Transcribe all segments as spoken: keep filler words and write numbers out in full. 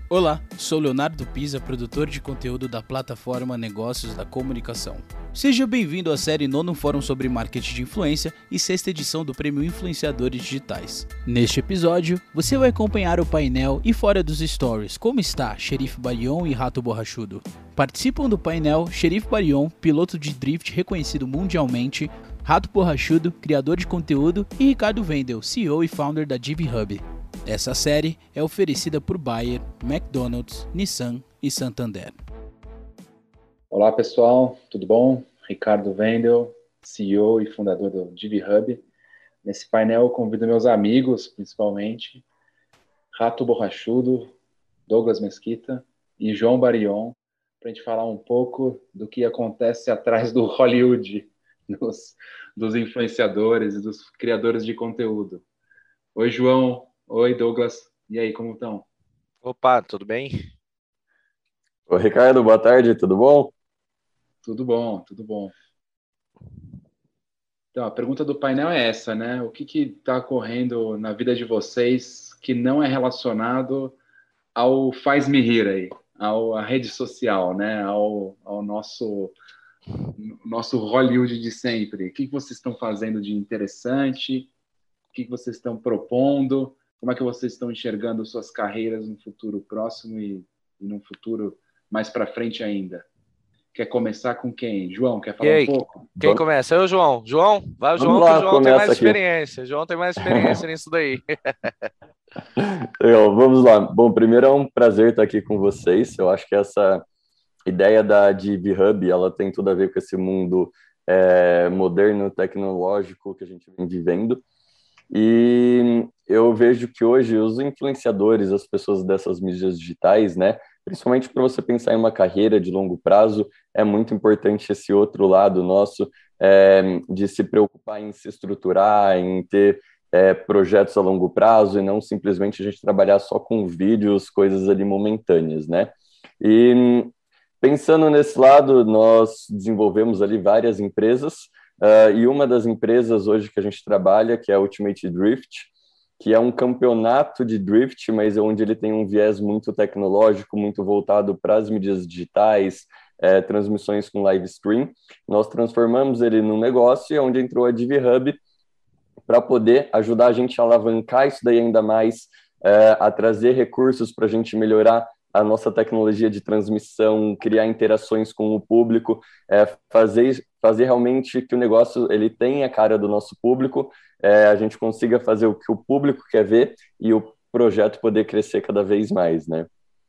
Olá, sou Leonardo Pisa, produtor de conteúdo da plataforma Negócios da Comunicação. Seja bem-vindo à série Nono Fórum sobre Marketing de Influência e sexta edição do Prêmio Influenciadores Digitais. Neste episódio, você vai acompanhar o painel e fora dos stories como está Xerife Barion e Rato Borrachudo. Participam do painel Xerife Barion, piloto de drift reconhecido mundialmente, Rato Borrachudo, criador de conteúdo, e Ricardo Wendel, C E O e founder da DivHub. Essa série é oferecida por Bayer, McDonald's, Nissan e Santander. Olá pessoal, tudo bom? Ricardo Wendel, C E O e fundador do DivHub. Nesse painel eu convido meus amigos, principalmente, Rato Borrachudo, Douglas Mesquita e João Barion, para a gente falar um pouco do que acontece atrás do Hollywood, dos, dos influenciadores e dos criadores de conteúdo. Oi, João. Oi, Douglas. E aí, como estão? Opa, tudo bem? Oi, Ricardo, boa tarde, tudo bom? Tudo bom, tudo bom. Então, a pergunta do painel é essa, né? O que está ocorrendo na vida de vocês que não é relacionado ao faz-me rir aí, ao, à rede social, né? Ao, ao nosso, nosso Hollywood de sempre. O que vocês estão fazendo de interessante? O que vocês estão propondo? Como é que vocês estão enxergando suas carreiras no futuro próximo e, e num futuro mais para frente ainda? Quer começar com quem? João, quer falar um pouco? Quem Vamos... começa? Eu, João. João? Vai o João, lá, que o João tem mais aqui. experiência. O João tem mais experiência nisso daí. Legal, vamos lá. Bom, primeiro é um prazer estar aqui com vocês. Eu acho que essa ideia da DivHub, ela tem tudo a ver com esse mundo é, moderno, tecnológico que a gente vem vivendo. E eu vejo que hoje os influenciadores, as pessoas dessas mídias digitais, né, principalmente para você pensar em uma carreira de longo prazo, é muito importante esse outro lado nosso é, de se preocupar em se estruturar, em ter é, projetos a longo prazo e não simplesmente a gente trabalhar só com vídeos, coisas ali momentâneas, né? E pensando nesse lado, nós desenvolvemos ali várias empresas. Uh, e uma das empresas hoje que a gente trabalha, que é a Ultimate Drift, que é um campeonato de drift, mas onde ele tem um viés muito tecnológico, muito voltado para as mídias digitais, é, transmissões com live stream. Nós transformamos ele num negócio, onde entrou a DivHub para poder ajudar a gente a alavancar isso daí ainda mais, é, a trazer recursos para a gente melhorar a nossa tecnologia de transmissão, criar interações com o público, é, fazer, fazer realmente que o negócio ele tenha a cara do nosso público, é, a gente consiga fazer o que o público quer ver e o projeto poder crescer cada vez mais, né?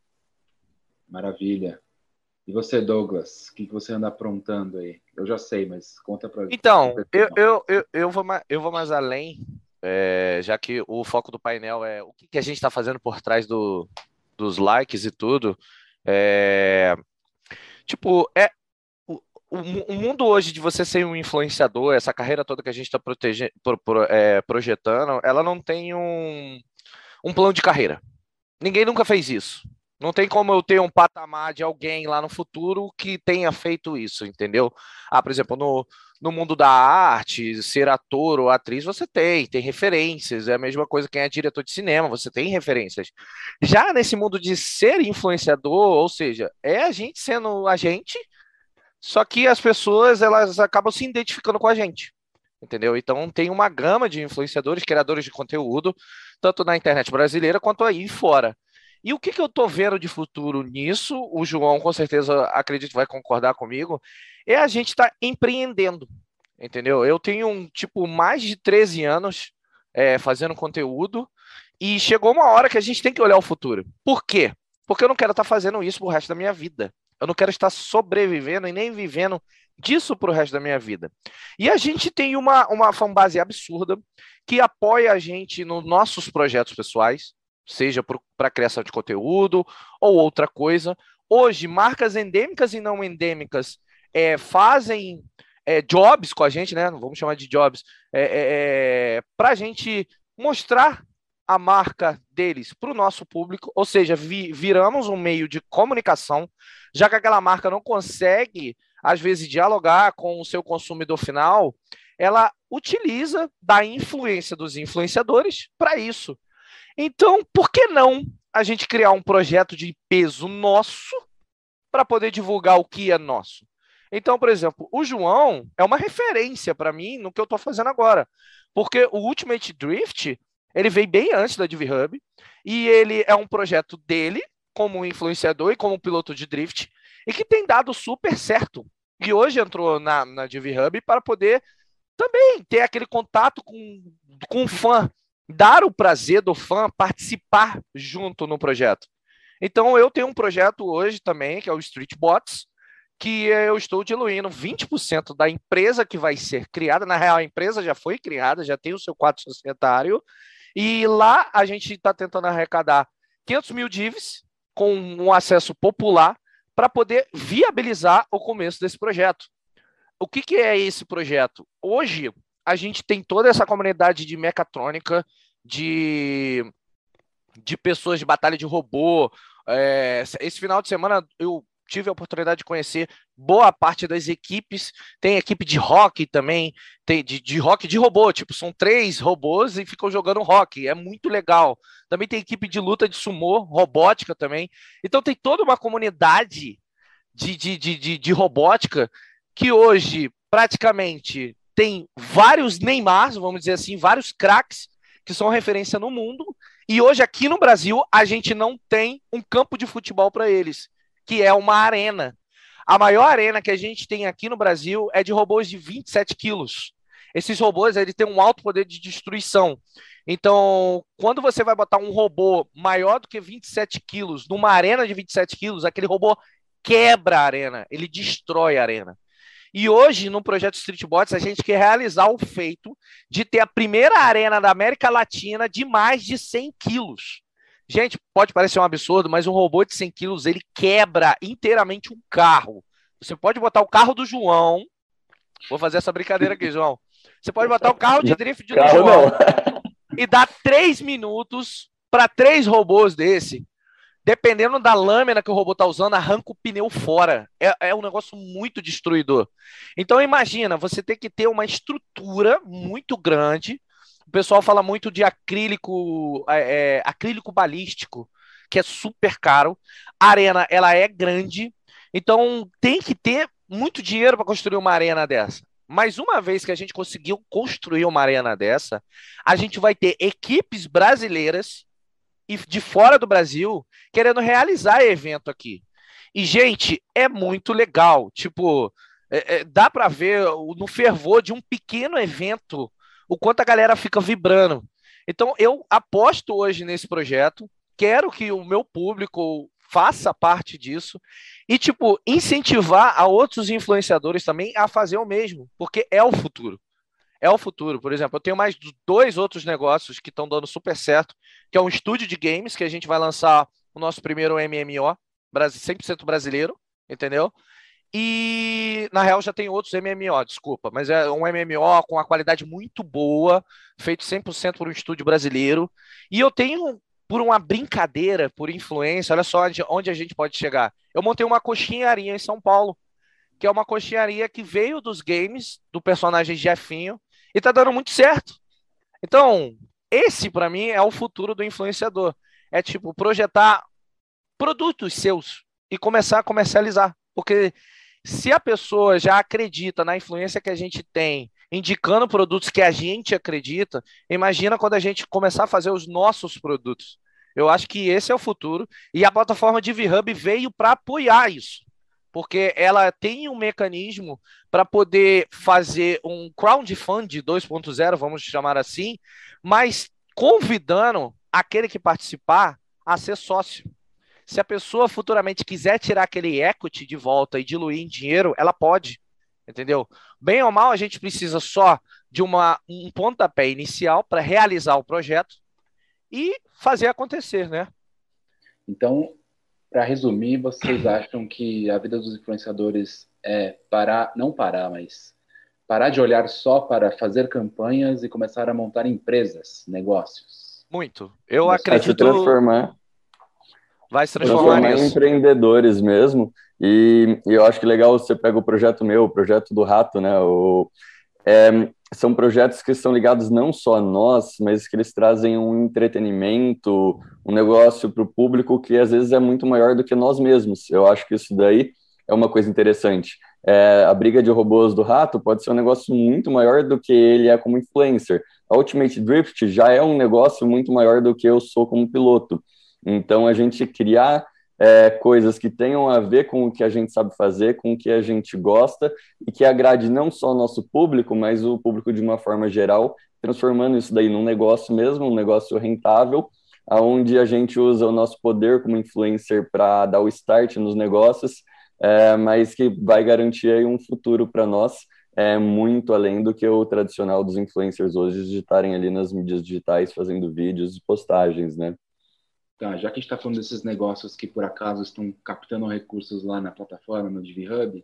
Maravilha. E você, Douglas, o que você anda aprontando aí? Eu já sei, mas conta para... Então, eu, eu, eu, eu, vou mais, eu vou mais além, é, já que o foco do painel é o que a gente está fazendo por trás do... dos likes e tudo, é... tipo, é o, o, mundo hoje de você ser um influenciador, essa carreira toda que a gente está pro, pro, é, projetando, ela não tem um, um plano de carreira. Ninguém nunca fez isso. Não tem como eu ter um patamar de alguém lá no futuro que tenha feito isso, entendeu? Ah, por exemplo, no, no mundo da arte, ser ator ou atriz, você tem, tem referências. É a mesma coisa quem é diretor de cinema, você tem referências. Já nesse mundo de ser influenciador, ou seja, é a gente sendo a gente, só que as pessoas elas acabam se identificando com a gente. Entendeu? Então tem uma gama de influenciadores, criadores de conteúdo, tanto na internet brasileira quanto aí fora. E o que, que eu estou vendo de futuro nisso, o João com certeza acredito vai concordar comigo, é a gente estar tá empreendendo, entendeu? Eu tenho um tipo mais de treze anos é, fazendo conteúdo e chegou uma hora que a gente tem que olhar o futuro. Por quê? Porque eu não quero estar tá fazendo isso pro resto da minha vida. Eu não quero estar sobrevivendo e nem vivendo disso pro resto da minha vida. E a gente tem uma, uma fanbase absurda que apoia a gente nos nossos projetos pessoais, seja para criação de conteúdo ou outra coisa. Hoje, marcas endêmicas e não endêmicas é, fazem é, jobs com a gente, né? Não vamos chamar de jobs, é, é, é, para a gente mostrar a marca deles para o nosso público, ou seja, vi, viramos um meio de comunicação, já que aquela marca não consegue, às vezes, dialogar com o seu consumidor final, ela utiliza da influência dos influenciadores para isso. Então, por que não a gente criar um projeto de peso nosso para poder divulgar o que é nosso. Então, por exemplo, o João é uma referência para mim no que eu estou fazendo agora, porque o Ultimate Drift, ele veio bem antes da DivHub, e ele é um projeto dele, como influenciador e como piloto de drift, e que tem dado super certo. E hoje entrou na, na DivHub para poder também ter aquele contato com, com o fã, dar o prazer do fã participar junto no projeto. Então, eu tenho um projeto hoje também, que é o Street Bots, que eu estou diluindo vinte por cento da empresa que vai ser criada. Na real, a empresa já foi criada, já tem o seu quadro societário, e lá a gente está tentando arrecadar quinhentos mil divs com um acesso popular para poder viabilizar o começo desse projeto. O que, que é esse projeto? Hoje, a gente tem toda essa comunidade de mecatrônica, de, de pessoas de batalha de robô. É, esse final de semana eu tive a oportunidade de conhecer boa parte das equipes. Tem equipe de rock também, tem de, de rock de robô, tipo, são três robôs e ficam jogando rock, é muito legal. Também tem equipe de luta de sumô, robótica também. Então tem toda uma comunidade de, de, de, de, de robótica que hoje praticamente tem vários Neymars, vamos dizer assim, vários craques que são referência no mundo, e hoje aqui no Brasil a gente não tem um campo de futebol para eles, que é uma arena. A maior arena que a gente tem aqui no Brasil é de robôs de vinte e sete quilos. Esses robôs, eles têm um alto poder de destruição. Então, quando você vai botar um robô maior do que vinte e sete quilos numa arena de vinte e sete quilos, aquele robô quebra a arena, ele destrói a arena. E hoje, no projeto Street Bots, a gente quer realizar o feito de ter a primeira arena da América Latina de mais de cem quilos. Gente, pode parecer um absurdo, mas um robô de cem quilos, ele quebra inteiramente um carro. Você pode botar o carro do João. Vou fazer essa brincadeira aqui, João. Você pode botar o carro de drift do Carro João não. e dar três minutos para três robôs desse. Dependendo da lâmina que o robô está usando, arranca o pneu fora. É, é um negócio muito destruidor. Então, imagina, você tem que ter uma estrutura muito grande. O pessoal fala muito de acrílico, é, acrílico balístico, que é super caro. A arena, ela é grande, então tem que ter muito dinheiro para construir uma arena dessa. Mas uma vez que a gente conseguiu construir uma arena dessa, a gente vai ter equipes brasileiras e de fora do Brasil querendo realizar evento aqui. E, gente, é muito legal. Tipo, é, é, dá para ver no fervor de um pequeno evento o quanto a galera fica vibrando. Então, eu aposto hoje nesse projeto, quero que o meu público faça parte disso e, tipo, incentivar a outros influenciadores também a fazer o mesmo, porque é o futuro. É o futuro. Por exemplo, eu tenho mais dois outros negócios que estão dando super certo, que é um estúdio de games, que a gente vai lançar o nosso primeiro M M O, cem por cento brasileiro, entendeu? E, na real, já tem outros M M O, desculpa, mas é um M M O com uma qualidade muito boa, feito cem por cento por um estúdio brasileiro. E eu tenho, por uma brincadeira, por influência, olha só onde, onde a gente pode chegar. Eu montei uma coxinharia em São Paulo, que é uma coxinharia que veio dos games, do personagem Jefinho, e tá dando muito certo. Então, esse, para mim, é o futuro do influenciador. É, tipo, projetar produtos seus e começar a comercializar. Porque se a pessoa já acredita na influência que a gente tem, indicando produtos que a gente acredita, imagina quando a gente começar a fazer os nossos produtos. Eu acho que esse é o futuro. E a plataforma DivHub veio para apoiar isso. Porque ela tem um mecanismo para poder fazer um crowdfunding dois ponto zero, vamos chamar assim, mas convidando aquele que participar a ser sócio. Se a pessoa futuramente quiser tirar aquele equity de volta e diluir em dinheiro, ela pode, entendeu? Bem ou mal, a gente precisa só de uma, um pontapé inicial para realizar o projeto e fazer acontecer, né? Então, para resumir, vocês acham que a vida dos influenciadores é parar, não parar, mas parar de olhar só para fazer campanhas e começar a montar empresas, negócios? Muito. Eu Vai acredito... se transformar, vai se transformar, transformar nisso. em empreendedores mesmo. E, e eu acho que legal você pega o projeto meu, o projeto do Rato, né? O, é, são projetos que são ligados não só a nós, mas que eles trazem um entretenimento, um negócio para o público que às vezes é muito maior do que nós mesmos. Eu acho que isso daí é uma coisa interessante. É, a briga de robôs do rato pode ser um negócio muito maior do que ele é como influencer. A Ultimate Drift já é um negócio muito maior do que eu sou como piloto. Então, a gente criar é, coisas que tenham a ver com o que a gente sabe fazer, com o que a gente gosta, e que agrade não só o nosso público, mas o público de uma forma geral, transformando isso daí num negócio mesmo, um negócio rentável, onde a gente usa o nosso poder como influencer para dar o start nos negócios, é, mas que vai garantir aí um futuro para nós, é muito além do que o tradicional dos influencers hoje de estarem ali nas mídias digitais fazendo vídeos e postagens, né? Tá, já que a gente está falando desses negócios que por acaso estão captando recursos lá na plataforma, no DiviHub,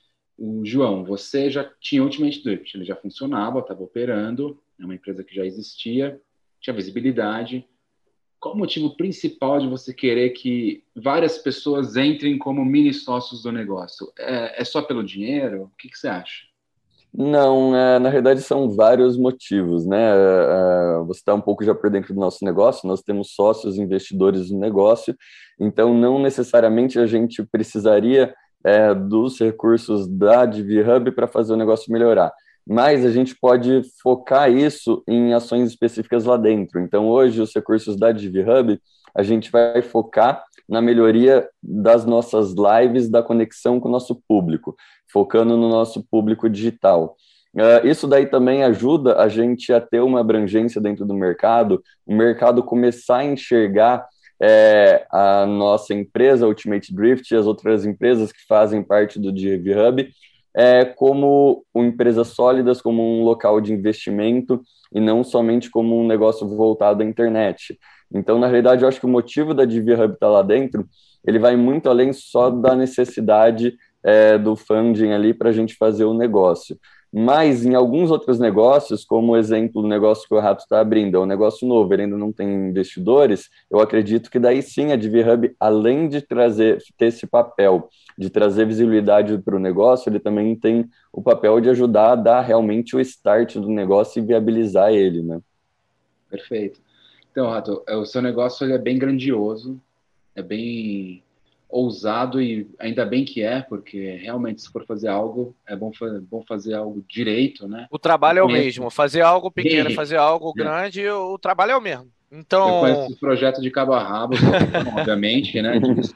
o João, você já tinha Ultimate Drift, ele já funcionava, estava operando, é uma empresa que já existia, tinha visibilidade. Qual o motivo principal de você querer que várias pessoas entrem como mini sócios do negócio? É, é só pelo dinheiro? O que, que você acha? Não, é, na verdade são vários motivos, né? É, você está um pouco já por dentro do nosso negócio, nós temos sócios investidores no negócio, então não necessariamente a gente precisaria é, dos recursos da DiviHub para fazer o negócio melhorar, mas a gente pode focar isso em ações específicas lá dentro. Então hoje os recursos da DiviHub, a gente vai focar na melhoria das nossas lives, da conexão com o nosso público, focando no nosso público digital. Uh, isso daí também ajuda a gente a ter uma abrangência dentro do mercado, o mercado começar a enxergar é, a nossa empresa, Ultimate Drift, e as outras empresas que fazem parte do DiviHub, é, como empresas sólidas, como um local de investimento, e não somente como um negócio voltado à internet. Então, na realidade, eu acho que o motivo da DiviHub estar lá dentro, ele vai muito além só da necessidade é, do funding ali para a gente fazer o negócio. Mas em alguns outros negócios, como o exemplo do negócio que o Rato está abrindo, é um negócio novo, ele ainda não tem investidores, eu acredito que daí sim a DiviHub, além de trazer, ter esse papel de trazer visibilidade para o negócio, ele também tem o papel de ajudar a dar realmente o start do negócio e viabilizar ele, né? Perfeito. Então, Rato, o seu negócio ele é bem grandioso, é bem ousado e ainda bem que é, porque realmente se for fazer algo, é bom, bom fazer algo direito, né? O trabalho é o mesmo, fazer algo pequeno e fazer algo grande, o trabalho é o mesmo. Então... Eu conheço o projeto de cabo a rabo, obviamente, né, disso.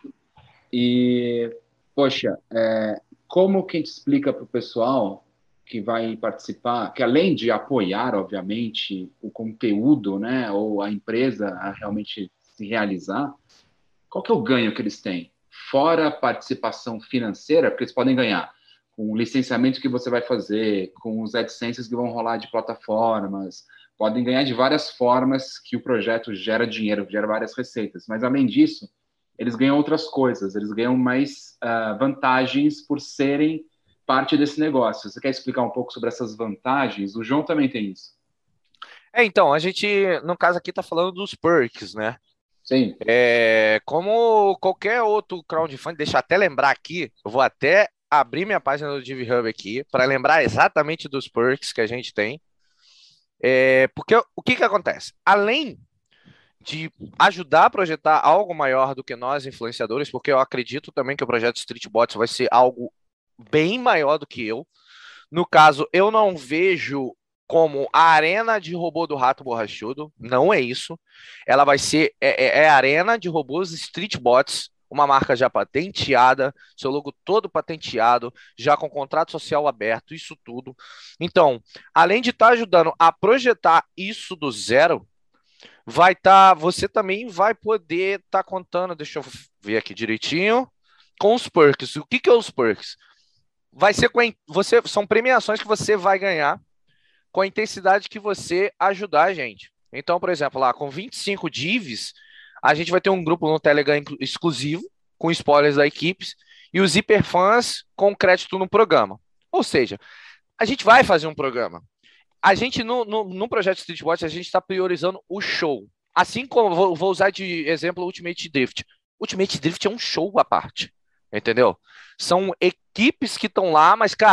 E, poxa, é, como que a gente explica para o pessoal que vai participar, que além de apoiar, obviamente, o conteúdo, né, ou a empresa a realmente se realizar, qual que é o ganho que eles têm? Fora a participação financeira, porque eles podem ganhar com o licenciamento que você vai fazer, com os AdSenses que vão rolar de plataformas, podem ganhar de várias formas que o projeto gera dinheiro, gera várias receitas. Mas, além disso, eles ganham outras coisas, eles ganham mais uh, vantagens por serem parte desse negócio. Você quer explicar um pouco sobre essas vantagens? O João também tem isso. É, então, a gente, no caso aqui, está falando dos perks, né? Sim. É, como qualquer outro crowdfunding, deixa eu até lembrar aqui, eu vou até abrir minha página do DiviHub aqui, para lembrar exatamente dos perks que a gente tem. É, porque o que que acontece? Além de ajudar a projetar algo maior do que nós, influenciadores, porque eu acredito também que o projeto Streetbots vai ser algo bem maior do que eu. No caso, eu não vejo como a arena de robô do Rato Borrachudo, não é isso. Ela vai ser, é, é a arena de robôs Streetbots, uma marca já patenteada, seu logo todo patenteado, já com contrato social aberto, isso tudo. Então, além de estar ajudando a projetar isso do zero, vai estar, tá, você também vai poder estar tá contando, deixa eu ver aqui direitinho, com os perks. O que que é os perks? Vai ser com você, são premiações que você vai ganhar com a intensidade que você ajudar a gente. Então, por exemplo, lá com vinte e cinco divs, a gente vai ter um grupo no Telegram exclusivo, com spoilers da equipe, e os hiperfãs com crédito no programa. Ou seja, a gente vai fazer um programa. A gente, no, no, no projeto Streetbot, a gente está priorizando o show. Assim como, vou, vou usar de exemplo o Ultimate Drift. Ultimate Drift é um show à parte, entendeu? São equipes que estão lá, mas, cara,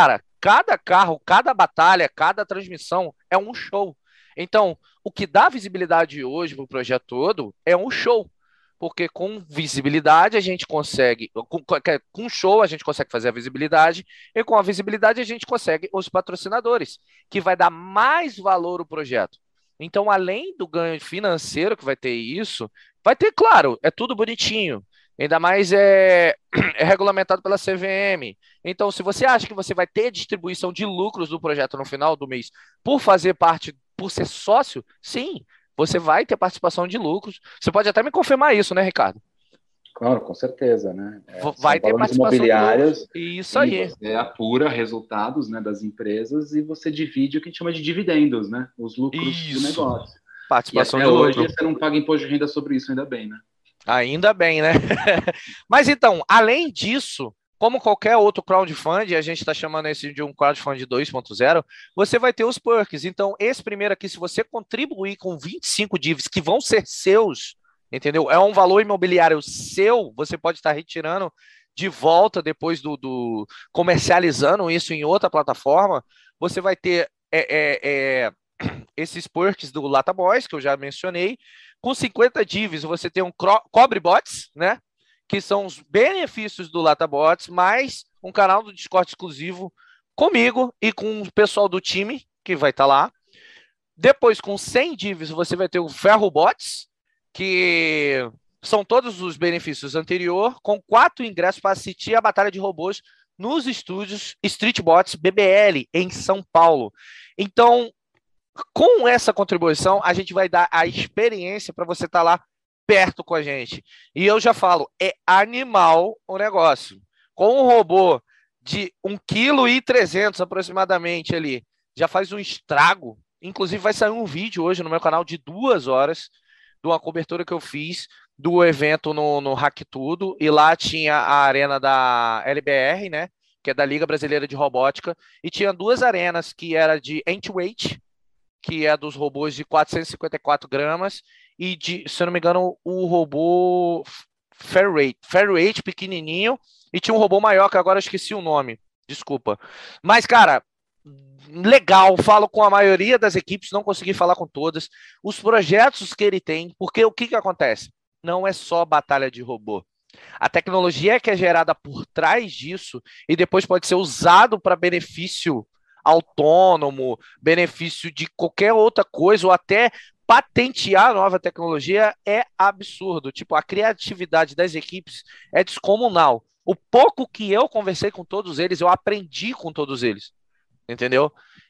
cada carro, cada batalha, cada transmissão é um show. Então, o que dá visibilidade hoje para o projeto todo é um show. Porque com visibilidade a gente consegue, com, com show a gente consegue fazer a visibilidade, e com a visibilidade a gente consegue os patrocinadores, que vai dar mais valor ao projeto. Então, além do ganho financeiro que vai ter isso, vai ter, claro, é tudo bonitinho. Ainda mais é, é regulamentado pela C V M. Então, se você acha que você vai ter distribuição de lucros do projeto no final do mês por fazer parte, por ser sócio, sim, você vai ter participação de lucros. Você pode até me confirmar isso, né, Ricardo? Claro, com certeza, né? É, vai ter participação imobiliários, de lucros. Isso aí. Você apura resultados, né, das empresas e você divide o que a gente chama de dividendos, né? Os lucros isso. do negócio. Participação e até de hoje lucro. você não paga imposto de renda sobre isso, ainda bem, né? Ainda bem, né? Mas então, além disso, como qualquer outro crowdfunding, a gente está chamando esse de um crowdfunding dois ponto zero, você vai ter os perks. Então, esse primeiro aqui, se você contribuir com vinte e cinco divs que vão ser seus, entendeu? É um valor imobiliário seu, você pode estar retirando de volta depois do, do comercializando isso em outra plataforma. Você vai ter é, é, é, esses perks do Lata Boys, que eu já mencionei. Com cinquenta divs, você tem um Cobre Bots, né? Que são os benefícios do Lata Bots, mais um canal do Discord exclusivo comigo e com o pessoal do time, que vai estar lá. Depois, com cem divs, você vai ter o Ferro Bots, que são todos os benefícios anteriores, com quatro ingressos para assistir a Batalha de Robôs nos estúdios Street Bots B B L, em São Paulo. Então, com essa contribuição, a gente vai dar a experiência para você estar lá perto com a gente. E eu já falo, é animal o negócio. Com um robô de um vírgula trezentos quilos aproximadamente ali, já faz um estrago. Inclusive vai sair um vídeo hoje no meu canal de duas horas de uma cobertura que eu fiz do evento no, no Hack Tudo, e lá tinha a arena da L B R, né, que é da Liga Brasileira de Robótica, e tinha duas arenas que era de Anti-Weight, que é dos robôs de quatrocentos e cinquenta e quatro gramas, e de, se eu não me engano, o robô Fair Rate, Fair Rate pequenininho, e tinha um robô maior, que agora eu esqueci o nome, desculpa. Mas, cara, legal, falo com a maioria das equipes, não consegui falar com todas, os projetos que ele tem, porque o que que acontece? Não é só batalha de robô. A tecnologia que é gerada por trás disso, e depois pode ser usado para benefício autônomo, benefício de qualquer outra coisa, ou até patentear nova tecnologia, é absurdo. Tipo, a criatividade das equipes é descomunal. O pouco que eu conversei com todos eles, eu aprendi com todos eles, entendeu?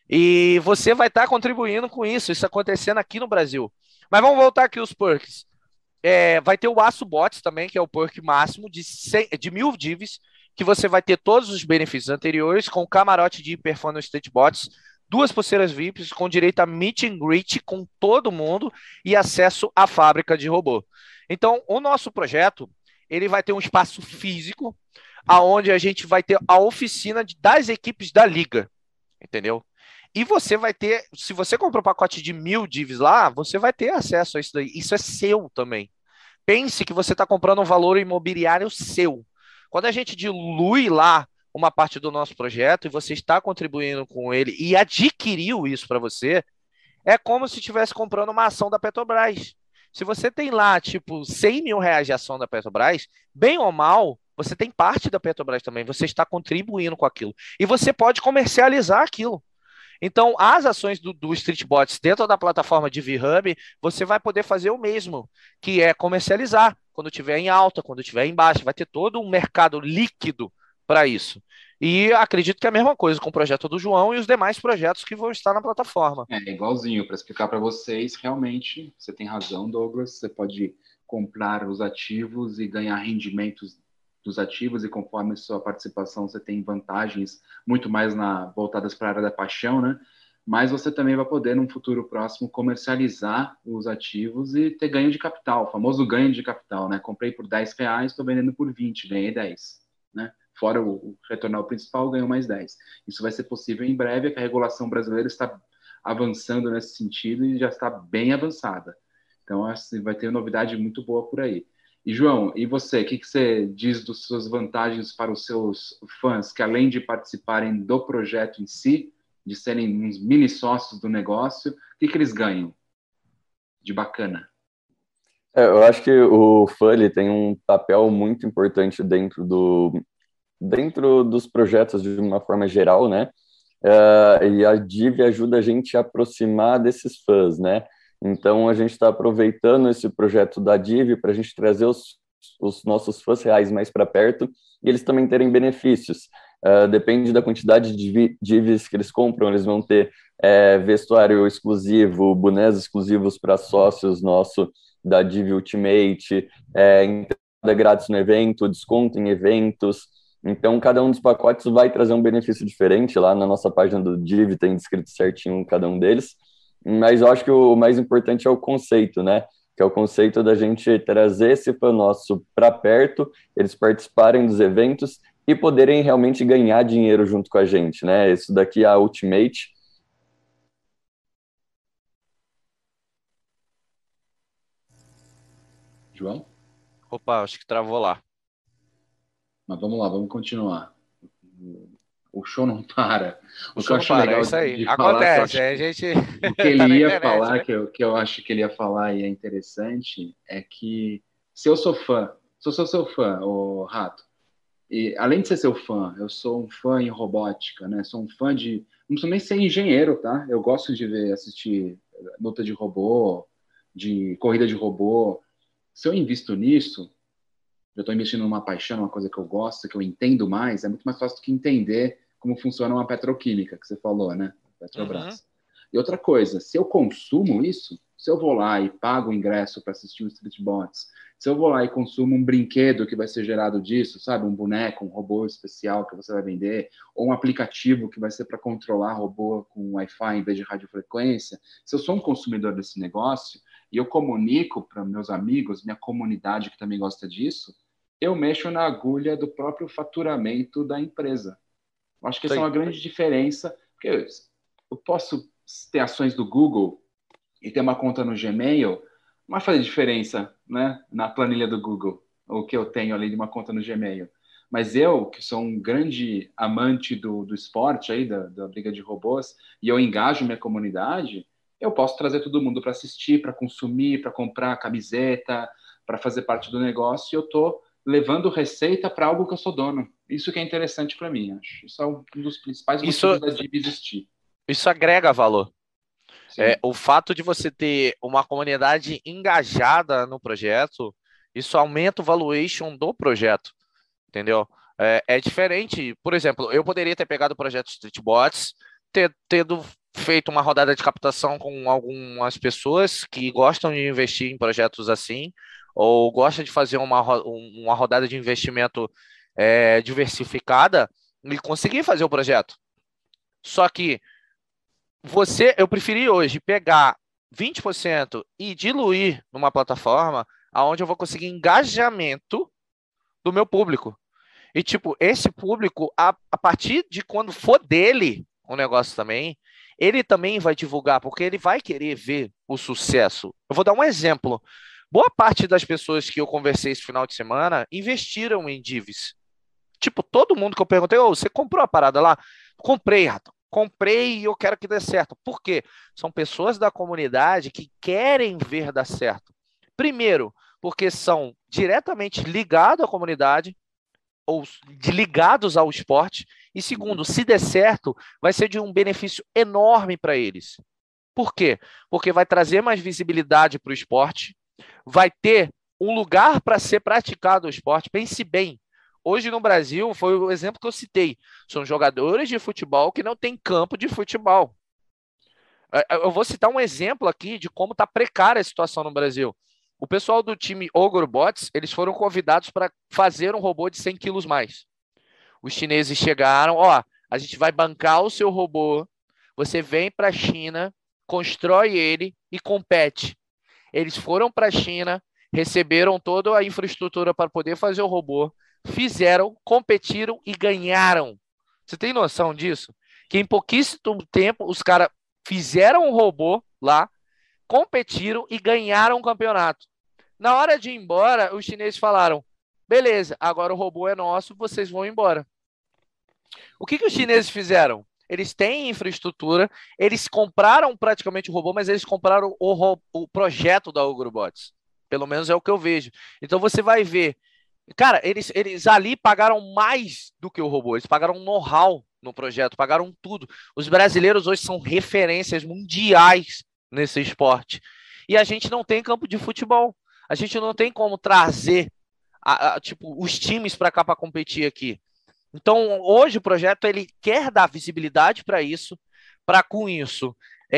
E você vai estar contribuindo com isso, isso acontecendo aqui no Brasil. Mas vamos voltar aqui os perks. É, vai ter o Aço Bots também, que é o perk máximo de, cem, de mil divs, que você vai ter todos os benefícios anteriores, com camarote de hiperfã no Street Bots, duas pulseiras V I Ps com direito a meet and greet com todo mundo e acesso à fábrica de robô. Então, o nosso projeto, ele vai ter um espaço físico, aonde a gente vai ter a oficina de, das equipes da liga, entendeu? E você vai ter, se você comprar um pacote de mil divs lá, você vai ter acesso a isso daí. Isso é seu também. Pense que você está comprando um valor imobiliário seu. Quando a gente dilui lá uma parte do nosso projeto e você está contribuindo com ele e adquiriu isso para você, é como se estivesse comprando uma ação da Petrobras. Se você tem lá, tipo, cem mil reais de ação da Petrobras, bem ou mal, você tem parte da Petrobras também. Você está contribuindo com aquilo. E você pode comercializar aquilo. Então, as ações do, do Street Bots dentro da plataforma de V-Hub, você vai poder fazer o mesmo, que é comercializar quando estiver em alta, quando estiver em baixa. Vai ter todo um mercado líquido para isso. E acredito que é a mesma coisa com o projeto do João e os demais projetos que vão estar na plataforma. É igualzinho, para explicar para vocês, realmente, você tem razão, Douglas, você pode comprar os ativos e ganhar rendimentos dos ativos, e conforme sua participação você tem vantagens muito mais na, voltadas para a área da paixão, né? Mas você também vai poder, num futuro próximo, comercializar os ativos e ter ganho de capital, o famoso ganho de capital, né? Comprei por dez reais, estou vendendo por vinte, ganhei dez, né? Fora o, o retornar o principal, ganhou mais dez. Isso vai ser possível em breve, que a regulação brasileira está avançando nesse sentido e já está bem avançada. Então, assim, vai ter novidade muito boa por aí. E, João, e você? O que, que você diz das suas vantagens para os seus fãs, que além de participarem do projeto em si, de serem uns mini sócios do negócio, o que, que eles ganham de bacana? É, eu acho que o fã ele tem um papel muito importante dentro do dentro dos projetos de uma forma geral, né? Uh, e a Div ajuda a gente a aproximar desses fãs, né? Então a gente está aproveitando esse projeto da Div para a gente trazer os, os nossos fãs reais mais para perto e eles também terem benefícios. Uh, depende da quantidade de divs que eles compram, eles vão ter é, vestuário exclusivo, bonés exclusivos para sócios nosso da Div Ultimate, é, entrada grátis no evento, desconto em eventos. Então, cada um dos pacotes vai trazer um benefício diferente. Lá na nossa página do Div tem descrito certinho cada um deles. Mas eu acho que o mais importante é o conceito, né? Que é o conceito da gente trazer esse fã nosso para perto, eles participarem dos eventos e poderem realmente ganhar dinheiro junto com a gente, né? Isso daqui é a Ultimate. João? Opa, acho que travou lá. Mas vamos lá, vamos continuar. O show não para. O, o show não para, é isso aí. De Acontece, falar, a gente... O que ele tá ia internet, falar, né? que eu, que eu acho que ele ia falar e é interessante, é que se eu sou fã, se eu sou seu fã, o Rato, e além de ser seu fã, eu sou um fã em robótica, né? Sou um fã de... Não preciso nem ser engenheiro, tá? Eu gosto de ver, assistir luta de robô, de corrida de robô. Se eu invisto nisso, eu estou investindo numa paixão, uma coisa que eu gosto, que eu entendo mais, é muito mais fácil do que entender como funciona uma petroquímica, que você falou, né? Petrobras. Uhum. E outra coisa, se eu consumo isso, se eu vou lá e pago o ingresso para assistir o Street Bots, se eu vou lá e consumo um brinquedo que vai ser gerado disso, sabe? Um boneco, um robô especial que você vai vender, ou um aplicativo que vai ser para controlar robô com Wi-Fi em vez de radiofrequência, se eu sou um consumidor desse negócio e eu comunico para meus amigos, minha comunidade que também gosta disso, eu mexo na agulha do próprio faturamento da empresa. Eu acho que essa Sim. é uma grande diferença, porque eu, eu posso ter ações do Google e ter uma conta no Gmail, não vai fazer diferença, né, na planilha do Google, o que eu tenho ali de uma conta no Gmail. Mas eu, que sou um grande amante do, do esporte, aí, da, da briga de robôs, e eu engajo minha comunidade, eu posso trazer todo mundo para assistir, para consumir, para comprar camiseta, para fazer parte do negócio, e eu estou levando receita para algo que eu sou dono. Isso que é interessante para mim, acho. Isso é um dos principais motivos isso, da Div existir. Isso agrega valor. É, o fato de você ter uma comunidade engajada no projeto, isso aumenta o valuation do projeto, entendeu? É, é diferente. Por exemplo, eu poderia ter pegado o projeto Street Bots, ter tendo feito uma rodada de captação com algumas pessoas que gostam de investir em projetos assim, ou gosta de fazer uma, uma rodada de investimento é, diversificada e conseguir fazer o projeto. Só que você, eu preferi hoje pegar vinte por cento e diluir numa plataforma onde eu vou conseguir engajamento do meu público. E, tipo, esse público, a, a partir de quando for dele o negócio também, ele também vai divulgar, porque ele vai querer ver o sucesso. Eu vou dar um exemplo. Boa parte das pessoas que eu conversei esse final de semana investiram em divs. Tipo, todo mundo que eu perguntei, oh, você comprou a parada lá? Comprei, Rato. Comprei e eu quero que dê certo. Por quê? São pessoas da comunidade que querem ver dar certo. Primeiro, porque são diretamente ligados à comunidade, ou ligados ao esporte. E segundo, se der certo, vai ser de um benefício enorme para eles. Por quê? Porque vai trazer mais visibilidade para o esporte, vai ter um lugar para ser praticado o esporte. Pense bem, hoje no Brasil, foi o exemplo que eu citei, são jogadores de futebol que não têm campo de futebol. Eu vou citar um exemplo aqui de como está precária a situação no Brasil. O pessoal do time Ogre Bots, eles foram convidados para fazer um robô de cem quilos mais. Os chineses chegaram, ó, a gente vai bancar o seu robô, você vem para a China, constrói ele e compete. Eles foram para a China, receberam toda a infraestrutura para poder fazer o robô, fizeram, competiram e ganharam. Você tem noção disso? Que em pouquíssimo tempo os caras fizeram um robô lá, competiram e ganharam o campeonato. Na hora de ir embora, os chineses falaram, beleza, agora o robô é nosso, vocês vão embora. O que, que os chineses fizeram? Eles têm infraestrutura, eles compraram praticamente o robô, mas eles compraram o, ro- o projeto da Ugrobots. Pelo menos é o que eu vejo. Então você vai ver. Cara, eles, eles ali pagaram mais do que o robô, eles pagaram um know-how no projeto, pagaram tudo. Os brasileiros hoje são referências mundiais nesse esporte. E a gente não tem campo de futebol. A gente não tem como trazer a- a, tipo, os times para cá para competir aqui. Então, hoje o projeto ele quer dar visibilidade para isso, para com isso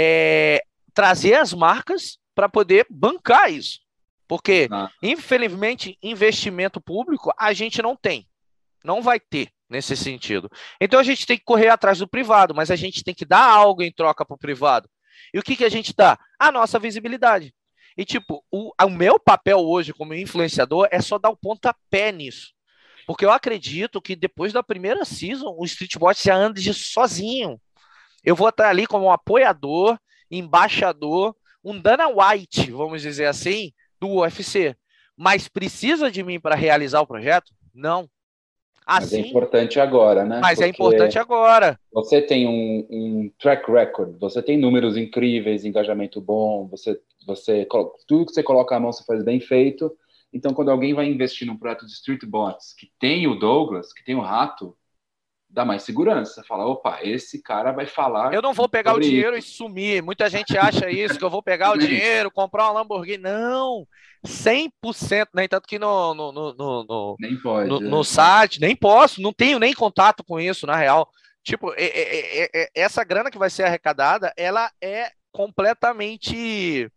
é, trazer as marcas para poder bancar isso. Porque, Ah, infelizmente, investimento público a gente não tem, não vai ter nesse sentido. Então, a gente tem que correr atrás do privado, mas a gente tem que dar algo em troca para o privado. E o que, que a gente dá? A nossa visibilidade. E, tipo, o, o meu papel hoje como influenciador é só dar o pontapé nisso. Porque eu acredito que depois da primeira season, o Streetbot já anda de sozinho. Eu vou estar ali como um apoiador, embaixador, um Dana White, vamos dizer assim, do U F C. Mas precisa de mim para realizar o projeto? Não. mas é Assim, importante agora, né? mas é Porque importante agora. você tem um, um track record, você tem números incríveis, engajamento bom, você, você colo- tudo que você coloca à mão você faz bem feito. Então, quando alguém vai investir num projeto de Street Bots que tem o Douglas, que tem o Rato, dá mais segurança. Fala, opa, esse cara vai falar Eu não vou pegar o sobre dinheiro e isso. sumir. Muita gente acha isso, que eu vou pegar o Também. dinheiro, comprar uma Lamborghini. Não, cem por cento, nem tanto que no, no, no, no, no, Nem pode. no, no é. site, nem posso, não tenho nem contato com isso, na real. Tipo, é- é- é- é- essa grana que vai ser arrecadada, ela é completamente,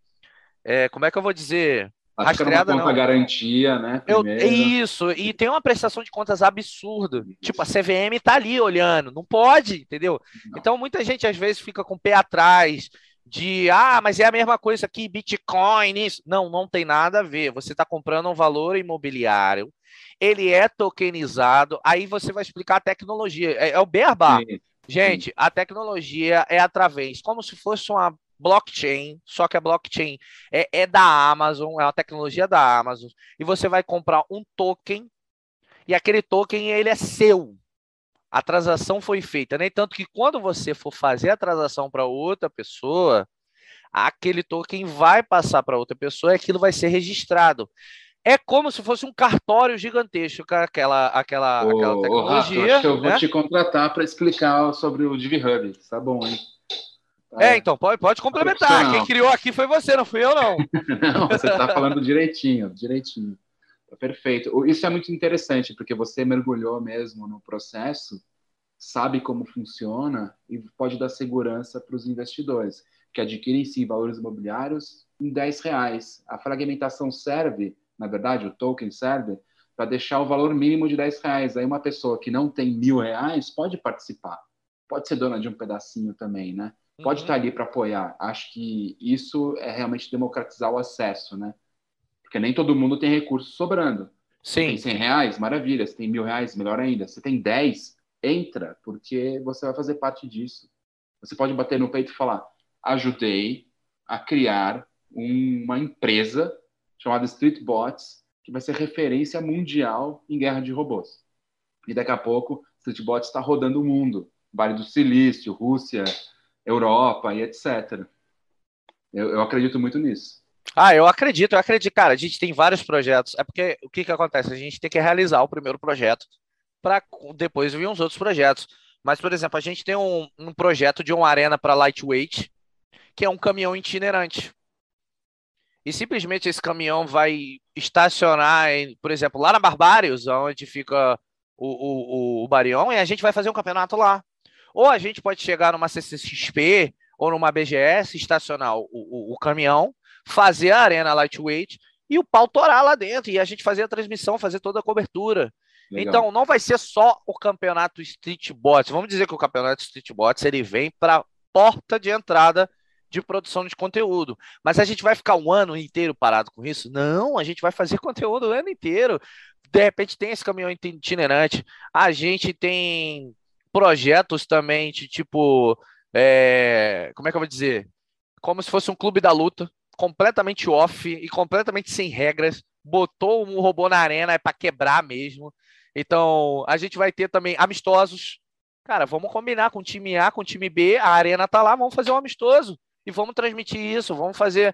é, como é que eu vou dizer? Acho que era uma Rastreada, conta não. garantia, né? Eu, é Primeiro. isso, e tem uma prestação de contas absurda. Isso. Tipo, a C V M tá ali olhando, não pode, entendeu? Não. Então, muita gente às vezes fica com o pé atrás de, ah, mas é a mesma coisa aqui, Bitcoin, isso. Não, não tem nada a ver. Você está comprando um valor imobiliário, ele é tokenizado, aí você vai explicar a tecnologia. É, é o beabá. Sim, Gente, a tecnologia é através, como se fosse uma blockchain, só que a blockchain é, é da Amazon, é uma tecnologia da Amazon, e você vai comprar um token, e aquele token ele é seu. A transação foi feita, nem tanto que quando você for fazer a transação para outra pessoa, aquele token vai passar para outra pessoa e aquilo vai ser registrado. É como se fosse um cartório gigantesco, com aquela, aquela, Ô, aquela ô, Rato, tecnologia, acho que eu vou né? te contratar para explicar sobre o DivHub. Tá bom, hein? Tá. É, então, pode, pode complementar. Profissional. Quem criou aqui foi você, não fui eu, não. Não, você está falando direitinho, direitinho. Perfeito. O- Isso é muito interessante, porque você mergulhou mesmo no processo, sabe como funciona e pode dar segurança para os investidores, que adquirem, sim, valores imobiliários em dez reais. A fragmentação serve, na verdade, o token serve para deixar o valor mínimo de dez reais. Aí uma pessoa que não tem mil reais pode participar. Pode ser dona de um pedacinho também, né? Pode Uhum. estar ali para apoiar. Acho que isso é realmente democratizar o acesso, né? Porque nem todo mundo tem recurso sobrando. Você tem Sim, cem reais, maravilha. Você tem mil reais, melhor ainda. Você tem dez, entra, porque você vai fazer parte disso. Você pode bater no peito e falar, ajudei a criar uma empresa chamada Streetbots, que vai ser referência mundial em guerra de robôs. E daqui a pouco, Streetbots está rodando o mundo. Vale do Silício, Rússia, Europa e etcétera. Eu, eu acredito muito nisso. Ah, eu acredito, eu acredito. Cara, a gente tem vários projetos. É porque o que que acontece? A gente tem que realizar o primeiro projeto para depois vir uns outros projetos. Mas, por exemplo, a gente tem um, um projeto de uma arena para lightweight, que é um caminhão itinerante. E simplesmente esse caminhão vai estacionar, em, por exemplo, lá na Barbários, onde fica o, o, o, o Barion, e a gente vai fazer um campeonato lá. Ou a gente pode chegar numa C C X P ou numa B G S, estacionar o, o, o caminhão, fazer a arena lightweight e o pau torar lá dentro, e a gente fazer a transmissão, fazer toda a cobertura. Legal. Então, não vai ser só o campeonato Street Bots. Vamos dizer que o campeonato Street Bots ele vem para porta de entrada de produção de conteúdo. Mas a gente vai ficar um ano inteiro parado com isso? Não, a gente vai fazer conteúdo o ano inteiro. De repente tem esse caminhão itinerante. A gente tem projetos também de tipo... É... Como é que eu vou dizer? Como se fosse um clube da luta, completamente off e completamente sem regras, botou um robô na arena é para quebrar mesmo. Então, a gente vai ter também amistosos. Cara, vamos combinar com o time A, com o time B, a arena tá lá, vamos fazer um amistoso e vamos transmitir isso, vamos fazer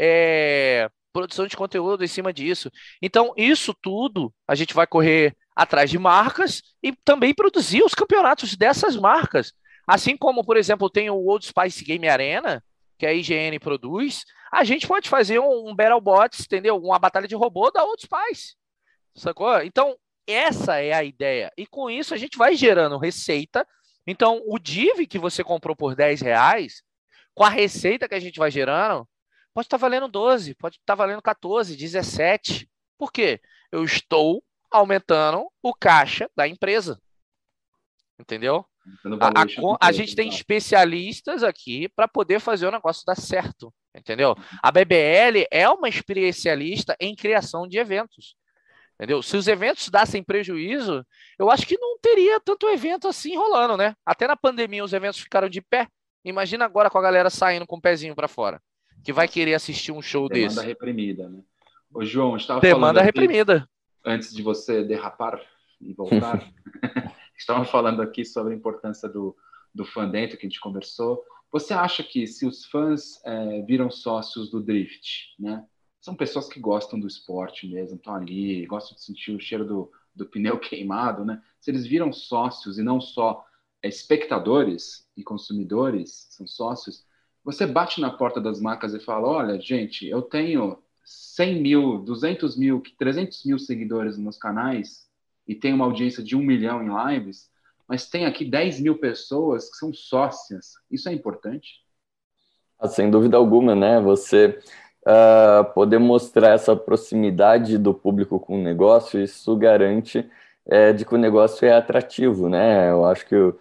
é, produção de conteúdo em cima disso. Então, isso tudo a gente vai correr atrás de marcas e também produzir os campeonatos dessas marcas. Assim como, por exemplo, tem o Old Spice Game Arena, que a I G N produz, a gente pode fazer um, um BattleBots, entendeu? Uma batalha de robô da Old Spice, sacou? Então, essa é a ideia. E com isso a gente vai gerando receita. Então, o Div que você comprou por dez reais, com a receita que a gente vai gerando, pode estar valendo doze, pode estar valendo quatorze, dezessete. Por quê? Eu estou aumentando o caixa da empresa. Entendeu? A, a, a gente tem especialistas aqui para poder fazer o negócio dar certo. Entendeu? A B B L é uma especialista em criação de eventos. Entendeu? Se os eventos dassem prejuízo, eu acho que não teria tanto evento assim rolando, né? Até na pandemia os eventos ficaram de pé. Imagina agora com a galera saindo com o pezinho para fora, que vai querer assistir um show Demanda desse. Demanda reprimida, né? Ô, João, estava falando Demanda aqui, reprimida. Antes de você derrapar e voltar, estava falando aqui sobre a importância do, do fã dentro que a gente conversou. Você acha que se os fãs é, viram sócios do Drift, né? São pessoas que gostam do esporte mesmo, estão ali, gostam de sentir o cheiro do, do pneu queimado, né? Se eles viram sócios e não só é, espectadores e consumidores, são sócios, você bate na porta das marcas e fala, olha, gente, eu tenho cem mil, duzentos mil, trezentos mil seguidores nos meus canais e tenho uma audiência de um milhão em lives, mas tem aqui dez mil pessoas que são sócias. Isso é importante? Ah, sem dúvida alguma, né? Você... Uh, poder mostrar essa proximidade do público com o negócio, isso garante é, de que o negócio é atrativo, né? Eu acho que o,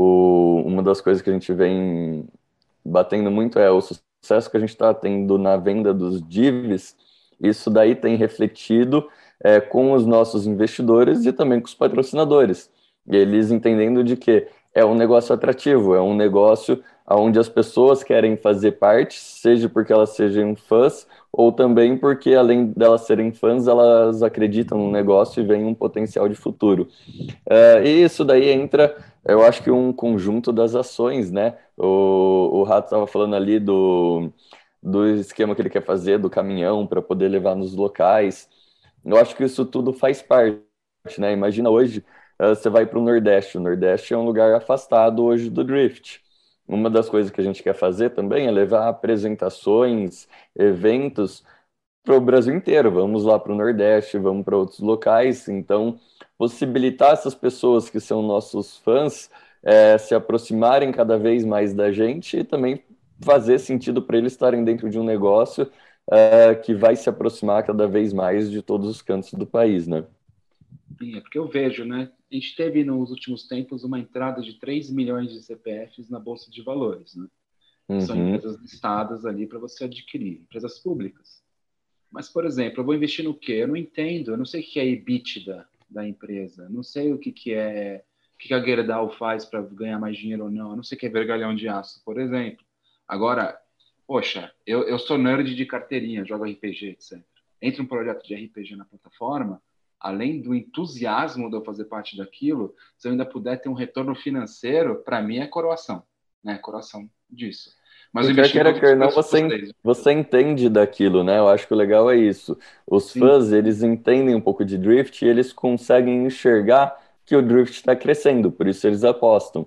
o, uma das coisas que a gente vem batendo muito é o sucesso que a gente está tendo na venda dos Divs. Isso daí tem refletido é, com os nossos investidores e também com os patrocinadores. E eles entendendo de que é um negócio atrativo, é um negócio onde as pessoas querem fazer parte, seja porque elas sejam fãs, ou também porque, além delas serem fãs, elas acreditam no negócio e veem um potencial de futuro. Uh, e isso daí entra, eu acho que um conjunto das ações, né? O, o Rato estava falando ali do, do esquema que ele quer fazer, do caminhão, para poder levar nos locais. Eu acho que isso tudo faz parte, né? Imagina hoje, uh, você vai para o Nordeste. O Nordeste é um lugar afastado hoje do Drift. Uma das coisas que a gente quer fazer também é levar apresentações, eventos para o Brasil inteiro. Vamos lá para o Nordeste, vamos para outros locais. Então, possibilitar essas pessoas que são nossos fãs é, se aproximarem cada vez mais da gente e também fazer sentido para eles estarem dentro de um negócio é, que vai se aproximar cada vez mais de todos os cantos do país, né? Sim, é porque eu vejo, né? A gente teve nos últimos tempos uma entrada de três milhões de C P Fs na Bolsa de Valores, né? Uhum. São empresas listadas ali para você adquirir, empresas públicas. Mas, por exemplo, eu vou investir no quê? Eu não entendo, eu não sei o que é EBITDA da empresa, não sei o que, que é, o que, que a Gerdau faz para ganhar mais dinheiro ou não, eu não sei o que é vergalhão de aço, por exemplo. Agora, poxa, eu, eu sou nerd de carteirinha, jogo R P G, etcétera. Entra um projeto de R P G na plataforma, além do entusiasmo de eu fazer parte daquilo, se eu ainda puder ter um retorno financeiro, para mim é coroação, né? Coroação disso. Mas quer queira, quer não, você, você entende daquilo, né? Eu acho que o legal é isso. Os Sim. fãs, eles entendem um pouco de Drift e eles conseguem enxergar que o Drift está crescendo, por isso eles apostam.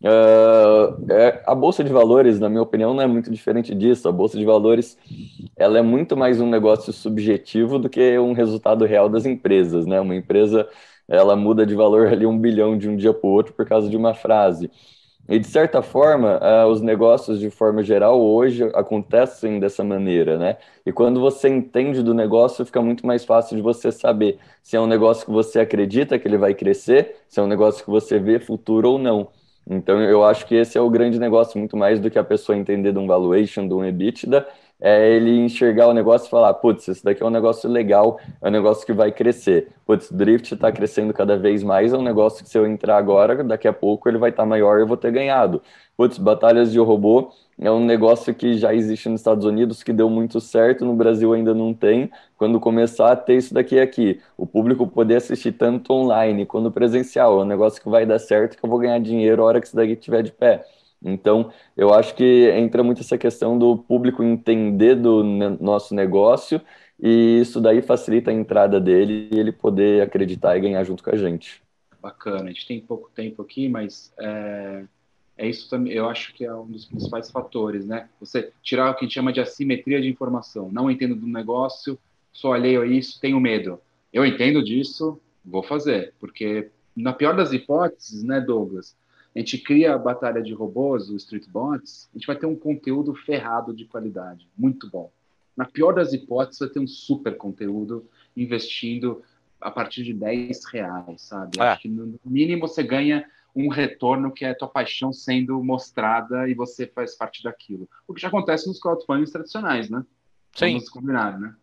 Uh, é, a Bolsa de Valores, na minha opinião, não é muito diferente disso. A Bolsa de Valores, ela é muito mais um negócio subjetivo do que um resultado real das empresas, né? Uma empresa, ela muda de valor ali um bilhão de um dia para o outro por causa de uma frase. E, de certa forma, uh, os negócios, de forma geral, hoje acontecem dessa maneira, né? E quando você entende do negócio, fica muito mais fácil de você saber se é um negócio que você acredita que ele vai crescer, se é um negócio que você vê futuro ou não. Então, eu acho que esse é o grande negócio, muito mais do que a pessoa entender de um valuation, de um EBITDA, é ele enxergar o negócio e falar, putz, esse daqui é um negócio legal, é um negócio que vai crescer. Putz, Drift está crescendo cada vez mais, é um negócio que se eu entrar agora, daqui a pouco ele vai estar maior e eu vou ter ganhado. Putz, batalhas de robô é um negócio que já existe nos Estados Unidos, que deu muito certo, no Brasil ainda não tem. Quando começar a ter isso daqui aqui, o público poder assistir tanto online quanto presencial, é um negócio que vai dar certo, que eu vou ganhar dinheiro a hora que isso daqui estiver de pé. Então, eu acho que entra muito essa questão do público entender do ne- nosso negócio, e isso daí facilita a entrada dele e ele poder acreditar e ganhar junto com a gente. Bacana, a gente tem pouco tempo aqui, mas é, é isso também, eu acho que é um dos principais fatores, né? Você tirar o que a gente chama de assimetria de informação. Não entendo do negócio, sou alheio a isso, tenho medo. Eu entendo disso, vou fazer, porque na pior das hipóteses, né, Douglas? A gente cria a batalha de robôs, o Street Bots, a gente vai ter um conteúdo ferrado de qualidade, muito bom. Na pior das hipóteses, vai ter um super conteúdo investindo a partir de dez reais, sabe? É. Acho que no mínimo você ganha um retorno que é a tua paixão sendo mostrada e você faz parte daquilo. O que já acontece nos crowdfundings tradicionais, né? Sim. Vamos combinar, né?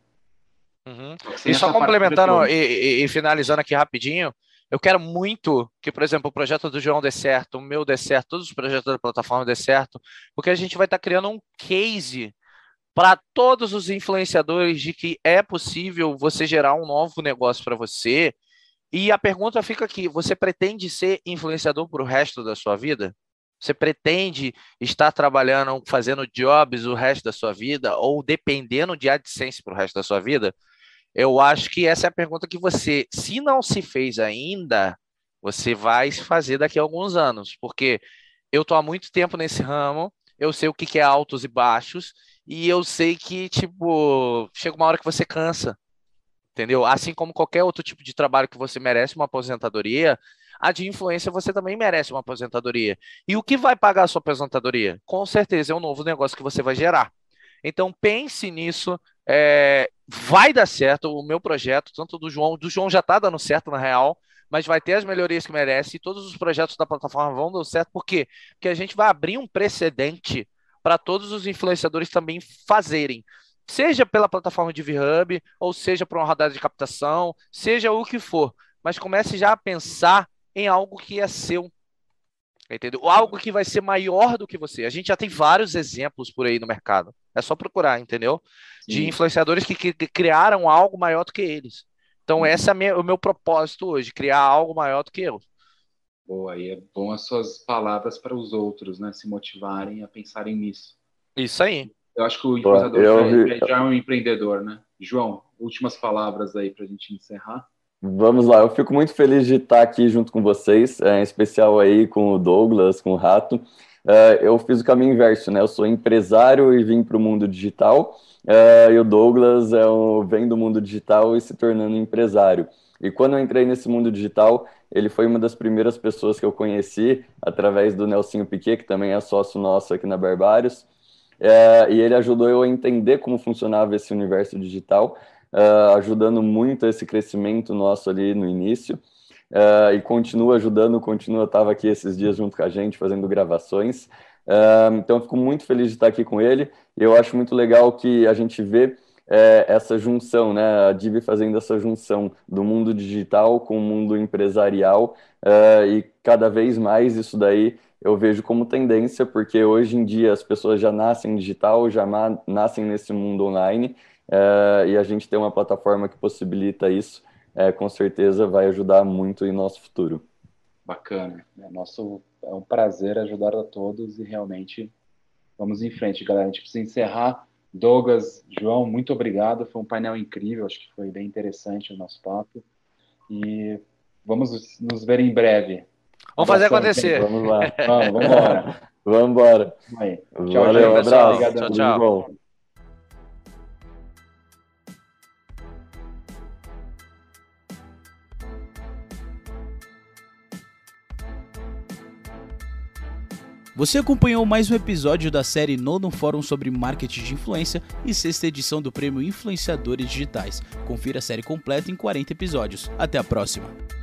Uhum. Sem E só essa parte complementando do retorno. e, e- e finalizando aqui rapidinho, eu quero muito que, por exemplo, o projeto do João dê certo, o meu dê certo, todos os projetos da plataforma dê certo, porque a gente vai estar criando um case para todos os influenciadores de que é possível você gerar um novo negócio para você. E a pergunta fica aqui: você pretende ser influenciador para o resto da sua vida? Você pretende estar trabalhando, fazendo jobs o resto da sua vida ou dependendo de AdSense para o resto da sua vida? Eu acho que essa é a pergunta que você, se não se fez ainda, você vai se fazer daqui a alguns anos, porque eu estou há muito tempo nesse ramo, eu sei o que que é altos e baixos, e eu sei que, tipo, chega uma hora que você cansa, entendeu? Assim como qualquer outro tipo de trabalho que você merece uma aposentadoria, a de influência você também merece uma aposentadoria. E o que vai pagar a sua aposentadoria? Com certeza é um novo negócio que você vai gerar. Então pense nisso, é, vai dar certo o meu projeto, tanto do João, do João já está dando certo na real, mas vai ter as melhorias que merece e todos os projetos da plataforma vão dar certo. Por quê? Porque a gente vai abrir um precedente para todos os influenciadores também fazerem, seja pela plataforma de VHub, ou seja por uma rodada de captação, seja o que for, mas comece já a pensar em algo que é seu. Entendeu? Algo que vai ser maior do que você. A gente já tem vários exemplos por aí no mercado. É só procurar, entendeu? De Sim. influenciadores que, que- que criaram algo maior do que eles. Então, esse é a minha- o meu propósito hoje, criar algo maior do que eu. Boa, e é bom as suas palavras para os outros, né? Se motivarem a pensarem nisso. Isso aí. Eu acho que o Pô, influenciador eu já, vi- já- já é um empreendedor, né? João, últimas palavras aí para a gente encerrar. Vamos lá, eu fico muito feliz de estar aqui junto com vocês, é, em especial aí com o Douglas, com o Rato. É, eu fiz o caminho inverso, né? Eu sou empresário e vim para o mundo digital, é, e o Douglas é um, vem do mundo digital e se tornando empresário. E quando eu entrei nesse mundo digital, ele foi uma das primeiras pessoas que eu conheci através do Nelsinho Piquet, que também é sócio nosso aqui na Barbários. É, e ele ajudou eu a entender como funcionava esse universo digital, uh, ajudando muito esse crescimento nosso ali no início, uh, e continua ajudando, continua, estava aqui esses dias junto com a gente, fazendo gravações, uh, então eu fico muito feliz de estar aqui com ele, e eu acho muito legal que a gente vê é, essa junção, né, a Divi fazendo essa junção do mundo digital com o mundo empresarial, uh, e cada vez mais isso daí eu vejo como tendência, porque hoje em dia as pessoas já nascem digital, já na- nascem nesse mundo online, é, e a gente tem uma plataforma que possibilita isso, é, com certeza vai ajudar muito em nosso futuro. Bacana. É, nosso, é um prazer ajudar a todos e realmente vamos em frente, galera. A gente precisa encerrar. Douglas, João, muito obrigado. Foi um painel incrível, acho que foi bem interessante o nosso papo. E vamos nos ver em breve. Vamos fazer Abração, acontecer. gente. Vamos lá. Vamos, vamos embora. Vamos embora. Vamos aí. Valeu, um gente. pessoal. abraço. Obrigadão. Tudo Tchau, de tchau. bom. Você acompanhou mais um episódio da série Nono Fórum sobre Marketing de Influência e sexta edição do Prêmio Influenciadores Digitais. Confira a série completa em quarenta episódios. Até a próxima!